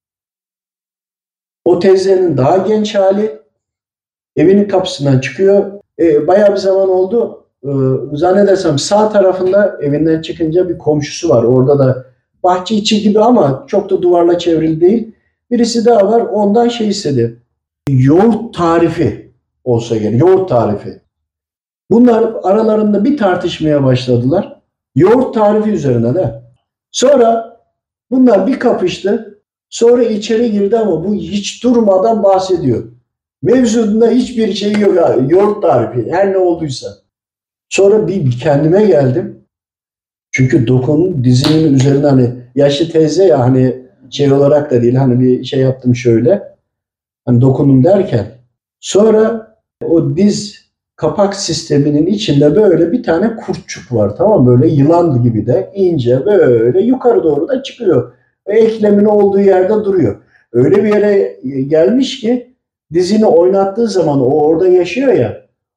O teyzenin daha genç hali evinin kapısından çıkıyor. Bayağı bir zaman oldu. Zannedersem sağ tarafında evinden çıkınca bir komşusu var. Orada da bahçe içi gibi ama çok da duvarla çevrili değil. Birisi daha var. Ondan şey istedi. Yoğurt tarifi olsa gerek. Yoğurt tarifi. Bunlar aralarında bir tartışmaya başladılar. Yoğurt tarifi üzerine de. Sonra bunlar bir kapıştı. Sonra içeri girdi ama bu hiç durmadan bahsediyor. Mevzunda hiçbir şey yok. Yoğurt tarifi. Her ne olduysa. Sonra bir kendime geldim. Çünkü dokunun dizinin üzerine hani yaşlı teyze ya hani şey olarak da değil hani bir şey yaptım şöyle. Hani dokunun derken. Sonra o diz kapak sisteminin içinde böyle bir tane kurtçuk var tamam mı? Böyle yılan gibi de ince böyle yukarı doğru da çıkıyor. Ve eklemin olduğu yerde duruyor. Öyle bir yere gelmiş ki dizini oynattığı zaman o orada yaşıyor ya.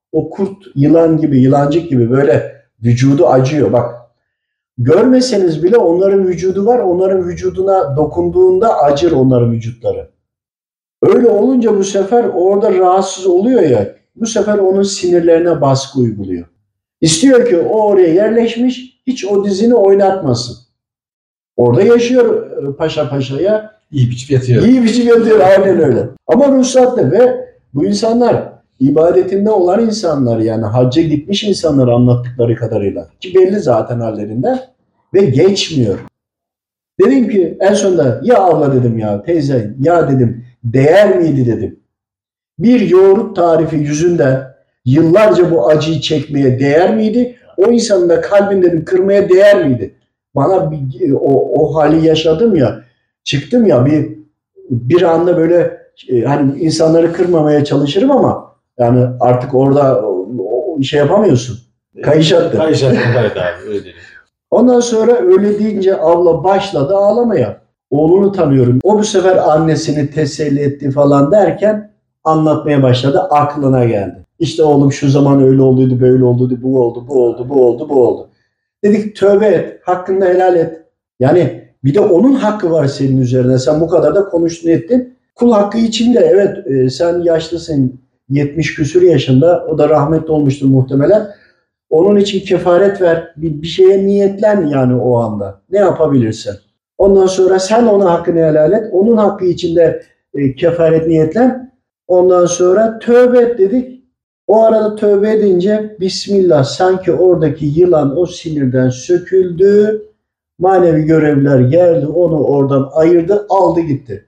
o kurt, yılan gibi, yılancık gibi böyle vücudu acıyor. Bak, görmeseniz bile onların vücudu var. Onların vücuduna dokunduğunda acır onların vücutları. Öyle olunca bu sefer orada rahatsız oluyor ya, bu sefer onun sinirlerine baskı uyguluyor. İstiyor ki o oraya yerleşmiş, hiç o dizini oynatmasın. Orada yaşıyor paşa paşaya. İyi biçip yatıyor. İyi biçim yatıyor, aynen öyle. Ama ruhsatlı ve bu insanlar ibadetinde olan insanlar, yani hacca gitmiş insanlar anlattıkları kadarıyla. Ki belli zaten hallerinden ve geçmiyor. Dedim ki en sonunda ya abla dedim, ya teyze ya dedim, değer miydi dedim. Bir yoğurt tarifi yüzünden yıllarca bu acıyı çekmeye değer miydi? O insanın da kalbini dedim kırmaya değer miydi? Bana o hali yaşadım ya, çıktım ya bir anda böyle hani insanları kırmamaya çalışırım ama yani artık orada şey yapamıyorsun. Kayış attı. Kayış attı. Evet abi öyle değil. Ondan sonra öyle deyince abla başladı ağlamaya. Oğlunu tanıyorum. O bu sefer annesini teselli etti falan derken anlatmaya başladı. Aklına geldi. İşte oğlum şu zaman öyle olduydu, böyle olduydu, bu oldu, bu oldu, bu oldu, bu oldu. Dedik tövbe et, hakkını helal et. Yani bir de onun hakkı var senin üzerine. Sen bu kadar da konuştun ettin. Kul hakkı içinde evet sen yaşlısın, 70 küsur yaşında. O da rahmetli olmuştur muhtemelen. Onun için kefaret ver. Bir şeye niyetlen yani o anda. Ne yapabilirsen. Ondan sonra sen ona hakkını helal et. Onun hakkı içinde kefaret niyetlen. Ondan sonra tövbe et dedik. O arada tövbe edince Bismillah, sanki oradaki yılan o sinirden söküldü. Manevi görevler geldi, onu oradan ayırdı, aldı gitti.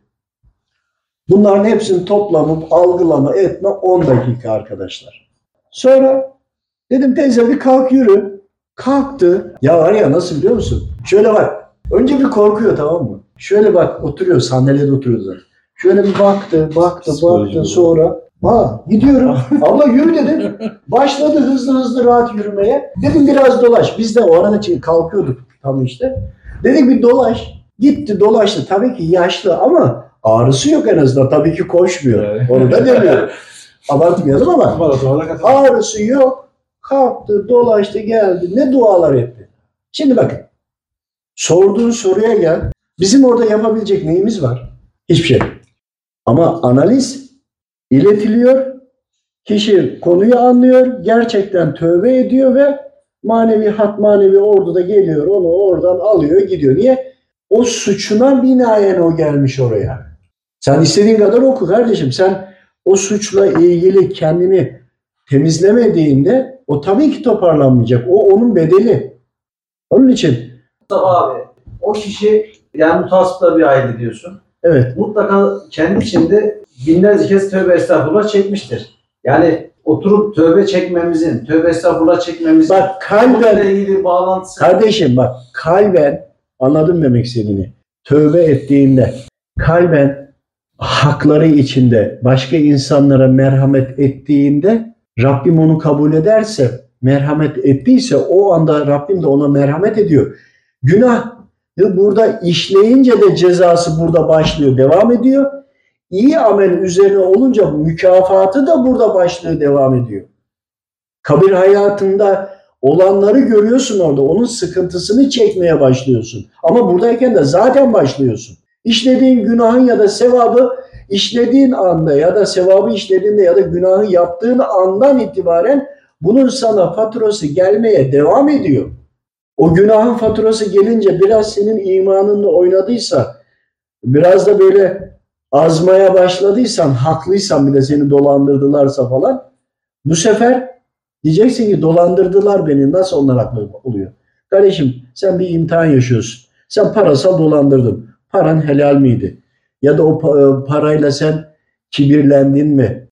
Bunların hepsini toplamı, algılama, etme 10 dakika arkadaşlar. Sonra dedim teyze bir kalk yürü. Kalktı. Ya var ya nasıl biliyor musun? Şöyle bak. Önce bir korkuyor, tamam mı? Şöyle bak, oturuyor, sandalyede oturuyor zaten. Şöyle bir baktı sonra. Gidiyorum. Abla yürü dedim. Başladı hızlı rahat yürümeye. Dedim biraz dolaş. Biz de o arada kalkıyorduk tam işte. Dedik bir dolaş. Gitti dolaştı. Tabii ki yaşlı ama ağrısı yok en azından. Tabii ki koşmuyor. Evet. Onu da demiyorum. Abartmayalım ama ağrısı yok. Kalktı, dolaştı, geldi. Ne dualar etti. Şimdi bakın. Sorduğun soruya gel. Bizim orada yapabilecek neyimiz var? Hiçbir şey. Ama analiz iletiliyor. Kişi konuyu anlıyor. Gerçekten tövbe ediyor ve manevi ordu da geliyor. Onu oradan alıyor gidiyor. Niye? O suçuna binaen o gelmiş oraya. Sen istediğin kadar oku kardeşim. Sen o suçla ilgili kendini temizlemediğinde o tabii ki toparlanmayacak. O onun bedeli. Onun için. Abi o kişi yani mutasipla bir aile diyorsun. Evet. Mutlaka kendi içinde binlerce kez tövbe estağfurullah çekmiştir. Yani oturup tövbe estağfurullah çekmemizin bak kalben ilgili bağlantısı. Kardeşim bak kalben anladım demek istediğini. Tövbe ettiğinde kalben hakları içinde başka insanlara merhamet ettiğinde Rabbim onu kabul ederse, merhamet ettiyse o anda Rabbim de ona merhamet ediyor. Günah burada işleyince de cezası burada başlıyor, devam ediyor. İyi amel üzerine olunca mükafatı da burada başlıyor, devam ediyor. Kabir hayatında olanları görüyorsun orada. Onun sıkıntısını çekmeye başlıyorsun. Ama buradayken de zaten başlıyorsun. İşlediğin günahın ya da sevabı işlediğin anda ya da sevabı işlediğinde ya da günahı yaptığın andan itibaren bunun sana faturası gelmeye devam ediyor. O günahın faturası gelince biraz senin imanınla oynadıysa, biraz da böyle azmaya başladıysan, haklıysan bir de seni dolandırdılarsa falan, bu sefer diyeceksin ki dolandırdılar beni, nasıl onlar haklı oluyor? Kardeşim sen bir imtihan yaşıyorsun. Sen parasal dolandırdın. Paran helal miydi? Ya da o parayla sen kibirlendin mi?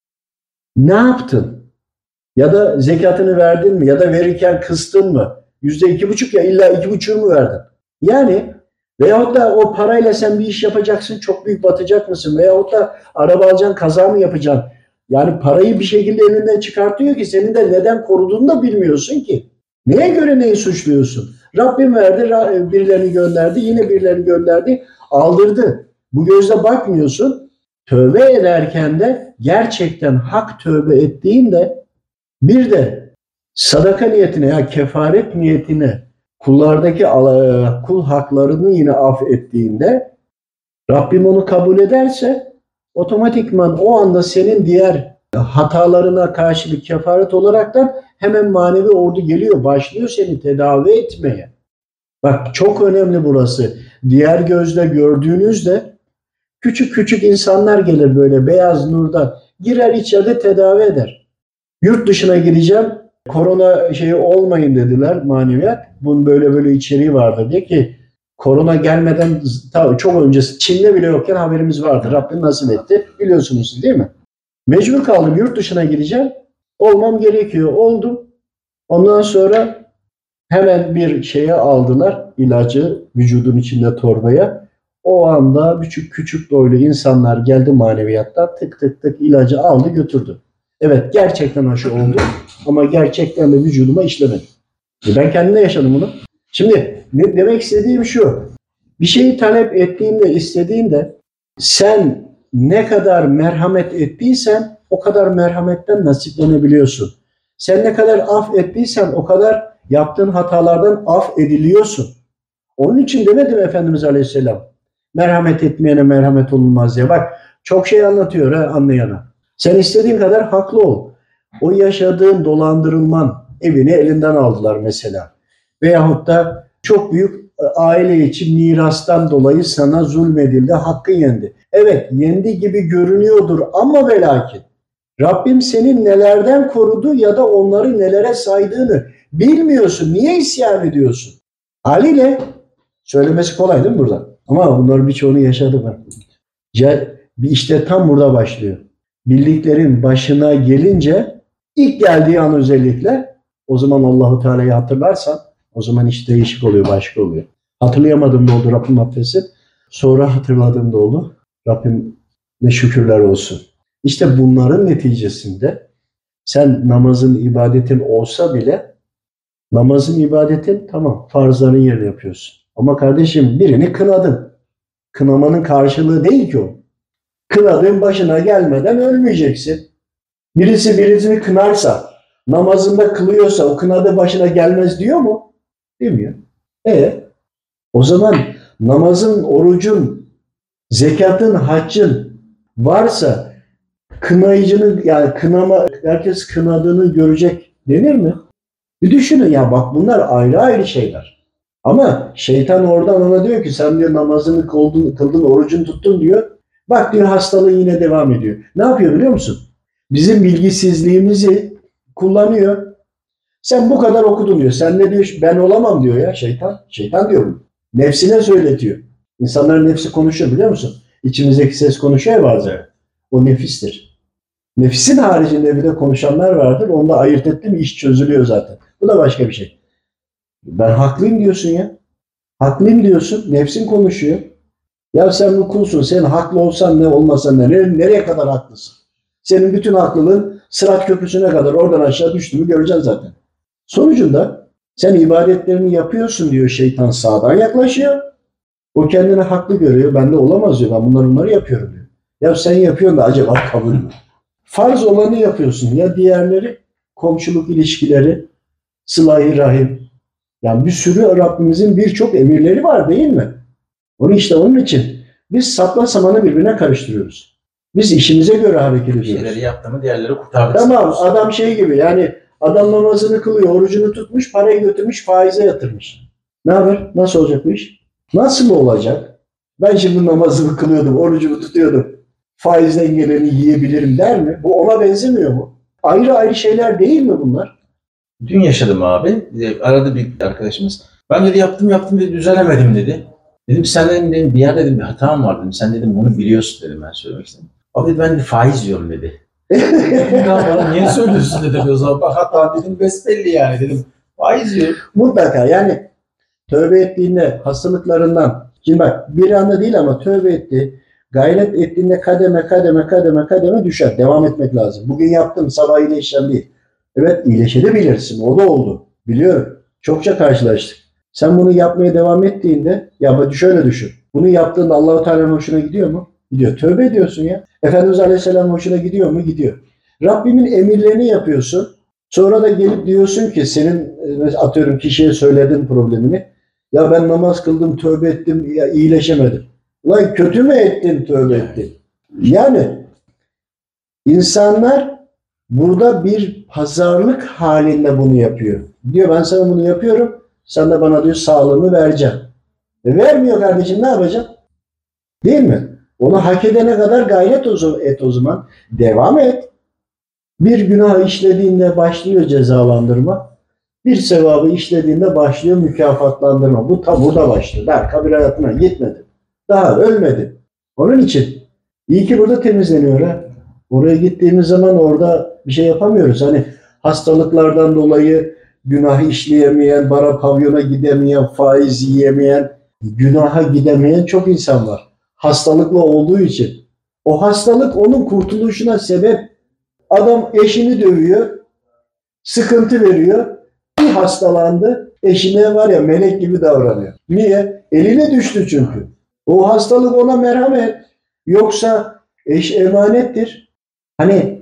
Ne yaptın? Ya da zekatını verdin mi? Ya da verirken kıstın mı? %2,5 ya illa 2,5'unu mu verdin? Yani veyahut da o parayla sen bir iş yapacaksın, çok büyük batacak mısın? Veyahut da araba alacaksın, kaza mı yapacaksın? Yani parayı bir şekilde elinden çıkartıyor ki senin de neden koruduğunu da bilmiyorsun ki. Neye göre neyi suçluyorsun? Rabbim verdi, birilerini gönderdi, yine birilerini gönderdi, aldırdı. Bu gözle bakmıyorsun. Tövbe ederken de gerçekten hak tövbe ettiğinde Bir de sadaka niyetine ya kefaret niyetine kullardaki kul haklarını yine affettiğinde Rabbim onu kabul ederse otomatikman o anda senin diğer hatalarına karşılık kefaret olaraktan hemen manevi ordu geliyor, başlıyor seni tedavi etmeye. Bak çok önemli burası. Diğer gözle gördüğünüzde küçük küçük insanlar gelir böyle beyaz nurdan. Girer içeride tedavi eder. Yurt dışına gideceğim. Korona şeyi olmayın dediler maneviyat. Bunun böyle böyle içeriği vardı diye ki korona gelmeden tabii çok öncesi Çin'de bile yokken haberimiz vardı. Rabbim nasip etti. Biliyorsunuz siz değil mi? Mecbur kaldım yurt dışına gideceğim. Olmam gerekiyor. Oldum. Ondan sonra hemen bir şeye aldılar ilacı vücudun içinde torbaya. O anda küçük küçük böyle insanlar geldi maneviyattan tık tık tık ilacı aldı götürdü. Evet gerçekten aşı oldu ama gerçekten de vücuduma işlemedi. Ben kendimde yaşadım bunu. Şimdi ne demek istediğim şu. Bir şeyi talep ettiğinde, istediğinde sen ne kadar merhamet ettiysen o kadar merhametten nasiplenebiliyorsun. Sen ne kadar af ettiysen o kadar yaptığın hatalardan af ediliyorsun. Onun için demedim Efendimiz Aleyhisselam. Merhamet etmeyene merhamet olunmaz diye. Bak çok şey anlatıyor anlayana. Sen istediğin kadar haklı ol. O yaşadığın dolandırılman evini elinden aldılar mesela. Veyahut da çok büyük aile için mirastan dolayı sana zulmedildi, hakkın yendi. Evet yendi gibi görünüyordur ama ve lakin Rabbim senin nelerden korudu ya da onları nelere saydığını bilmiyorsun. Niye isyan ediyorsun? Haliyle söylemesi kolay değil mi burada? Ama bunların birçoğunu yaşadım ben. İşte tam burada başlıyor. Bildiklerin başına gelince ilk geldiği an özellikle o zaman Allahu Teala'yı hatırlarsan o zaman iş değişik oluyor, başka oluyor. Hatırlayamadığım da oldu Rabbim affetsin. Sonra hatırladığım da oldu. Rabbim ne şükürler olsun. İşte bunların neticesinde sen namazın, ibadetin olsa bile namazın, ibadetin tamam farzların yerine yapıyorsun. Ama kardeşim birini kınadın. Kınamanın karşılığı değil ki o. Kınadığın başına gelmeden ölmeyeceksin. Birisi birisini kınarsa, namazında kılıyorsa o kınadığı başına gelmez diyor mu? Demiyor. O zaman namazın, orucun, zekatın, haccın varsa kınayıcının yani herkes kınadığını görecek denir mi? Bir düşünün ya bak bunlar ayrı ayrı şeyler. Ama şeytan oradan ona diyor ki sen diyor namazını kıldın, orucunu tuttun diyor. Bak diyor hastalığın yine devam ediyor. Ne yapıyor biliyor musun? Bizim bilgisizliğimizi kullanıyor. Sen bu kadar okudun diyor. Sen ne diyor? Ben olamam diyor ya şeytan. Şeytan diyor bunu. Nefsine söyletiyor. İnsanların nefsi konuşuyor biliyor musun? İçimizdeki ses konuşuyor ya bazen. O nefistir. Nefisin haricinde bir de konuşanlar vardır. Onu da ayırt ettim iş çözülüyor zaten. Bu da başka bir şey. Ben haklıyım diyorsun ya. Haklıyım diyorsun. Nefsin konuşuyor. Ya sen bu kulsun. Sen haklı olsan ne olmasan ne. Nereye kadar haklısın? Senin bütün haklılığın Sırat Köprüsü'ne kadar oradan aşağı düştüğünü göreceksin zaten. Sonucunda sen ibadetlerini yapıyorsun diyor şeytan sağdan yaklaşıyor. O kendini haklı görüyor. Ben de olamaz diyor. Ben bunları yapıyorum diyor. Ya sen yapıyorsun da acaba kabul mü? Farz olanı yapıyorsun. Ya diğerleri komşuluk ilişkileri, sıla-i rahim. Yani bir sürü Rabbimizin birçok emirleri var değil mi? Onun için biz sapla samanı birbirine karıştırıyoruz. Biz işimize göre hareket ediyoruz. Şeyleri yaptı mı diğerleri kurtardık. Tamam adam şey gibi yani adam namazını kılıyor, orucunu tutmuş, parayı götürmüş, faize yatırmış. Ne haber? Nasıl olacak bu iş? Nasıl olacak? Ben şimdi namazımı kılıyordum, orucumu tutuyordum. Faizden geleni yiyebilirim der mi? Bu ona benzemiyor mu? Ayrı ayrı şeyler değil mi bunlar? Dün yaşadım abi. Aradı bir arkadaşımız. Ben dedi yaptım dedi düzelemedim dedi. Dedim sen dedim, bir yerde dedim, bir hatam var dedim. Sen dedim bunu biliyorsun dedim ben söylemek istedim. Abi dedi, ben de faiz yiyorum dedi. Ya bana niye söylüyorsun dedim o zaman. Bak hatta dedim besbelli yani dedim. Faiz yiyorum. Mutlaka yani tövbe ettiğinde hastalıklarından şimdi bak bir anda değil ama tövbe etti. Gayret ettiğinde kademe düşer. Devam etmek lazım. Bugün yaptım sabah iyileşeceğim değil. Evet iyileşebilirsin. O da oldu. Biliyorum. Çokça karşılaştık. Sen bunu yapmaya devam ettiğinde ya şöyle düşün. Bunu yaptığında Allah-u Teala'nın hoşuna gidiyor mu? Gidiyor. Tövbe ediyorsun ya. Efendimiz Aleyhisselam hoşuna gidiyor mu? Gidiyor. Rabbimin emirlerini yapıyorsun. Sonra da gelip diyorsun ki senin atıyorum kişiye söyledin problemini. Ya ben namaz kıldım, tövbe ettim, ya iyileşemedim. Ulan kötü mü ettin, tövbe ettin? Yani insanlar burada bir pazarlık halinde bunu yapıyor. Diyor ben sana bunu yapıyorum, sen de bana diyor sağlığını vereceksin. Vermiyor kardeşim, ne yapacaksın? Değil mi? Onu hak edene kadar gayret et o zaman. Devam et. Bir günah işlediğinde başlıyor cezalandırma. Bir sevabı işlediğinde başlıyor mükafatlandırma. Bu tam burada başlıyor. Daha kabir hayatına gitmedi. Daha ölmedi. Onun için iyi ki burada temizleniyor ha. Oraya gittiğimiz zaman orada bir şey yapamıyoruz. Hani hastalıklardan dolayı günah işleyemeyen, bara pavyona gidemeyen, faiz yiyemeyen, günaha gidemeyen çok insan var. Hastalıklı olduğu için. O hastalık onun kurtuluşuna sebep. Adam eşini dövüyor, sıkıntı veriyor. Bir hastalandı, eşine var ya melek gibi davranıyor. Niye? Eline düştü çünkü. O hastalık ona merhamet. Yoksa eş emanettir. Hani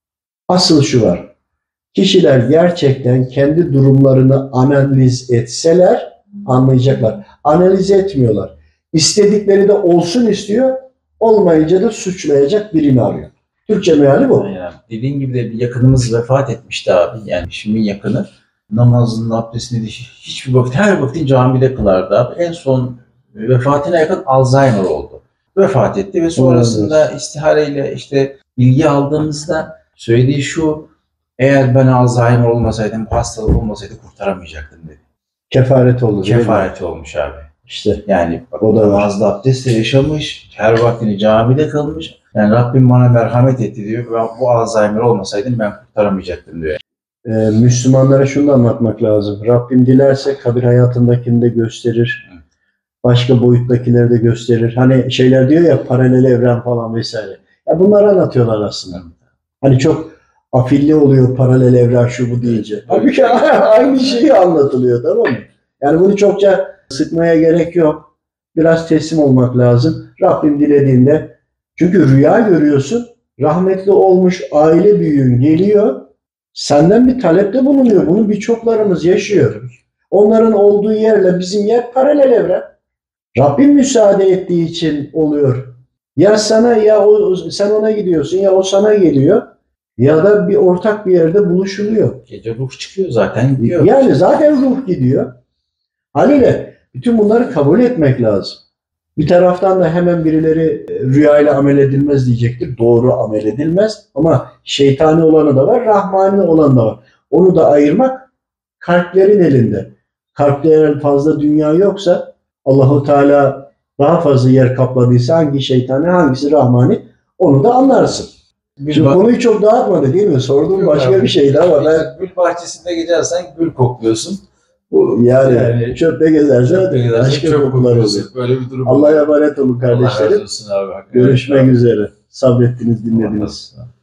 asıl şu var. Kişiler gerçekten kendi durumlarını analiz etseler anlayacaklar. Analiz etmiyorlar. İstedikleri de olsun istiyor, olmayınca da suçlayacak birini arıyor. Türkçe meali bu. Yani dediğin gibi de bir yakınımız vefat etmişti abi. Yani şimdi yakını namazını, abdestini hiçbir vakit, her vakit camide kılardı abi. En son vefatına yakın Alzheimer oldu. Vefat etti ve sonrasında istihareyle işte bilgi aldığımızda söylediği şu: eğer ben Alzheimer olmasaydım, bu hastalık olmasaydı kurtaramayacaktım dedi. Kefaret oldu. Kefaret olmuş abi. İşte Yani bak, o da var. namazda abdestle yaşamış, her vaktini camide kılmış. Yani Rabbim bana merhamet etti diyor. Ben bu Alzheimer olmasaydım ben kurtaramayacaktım diyor. Müslümanlara şunu da anlatmak lazım. Rabbim dilerse kabir hayatındakini de gösterir. Başka boyuttakileri de gösterir. Hani şeyler diyor ya, paralel evren falan vesaire. Ya bunları anlatıyorlar aslında. Hani çok afilli oluyor paralel evren şu bu deyince. Halbuki aynı şeyi anlatılıyor, tamam mı? Yani bunu çokça sıkmaya gerek yok. Biraz teslim olmak lazım. Rabbim dilediğinde. Çünkü rüya görüyorsun. Rahmetli olmuş aile büyüğün geliyor. Senden bir talepte bulunuyor. Bunu birçoklarımız yaşıyor. Onların olduğu yerle bizim yer paralel evren. Rabbim müsaade ettiği için oluyor. Ya sana ya sen ona gidiyorsun ya o sana geliyor. Ya da bir ortak bir yerde buluşuluyor. Gece ruh çıkıyor zaten gidiyor. Yani zaten ruh gidiyor. Haliyle bütün bunları kabul etmek lazım. Bir taraftan da hemen birileri rüyayla amel edilmez diyecektir. Doğru, amel edilmez. Ama şeytani olanı da var, rahmani olanı da var. Onu da ayırmak kalplerin elinde. Kalpte eğer fazla dünya yoksa, Allahu Teala daha fazla yer kapladıysa hangi şeytani, hangisi rahmani, onu da anlarsın. Şimdi konuyu çok dağıtmadı değil mi? Sorduğum başka bir şeydi ama ben... Gül bahçesinde gezersen gül kokluyorsun. Bu Yani çöpte gezersen başka kokular oluyor. Böyle bir durum. Allah'a emanet olun kardeşlerim. Allah razı olsun abi. Görüşmek üzere. Sabrettiniz, dinlediniz.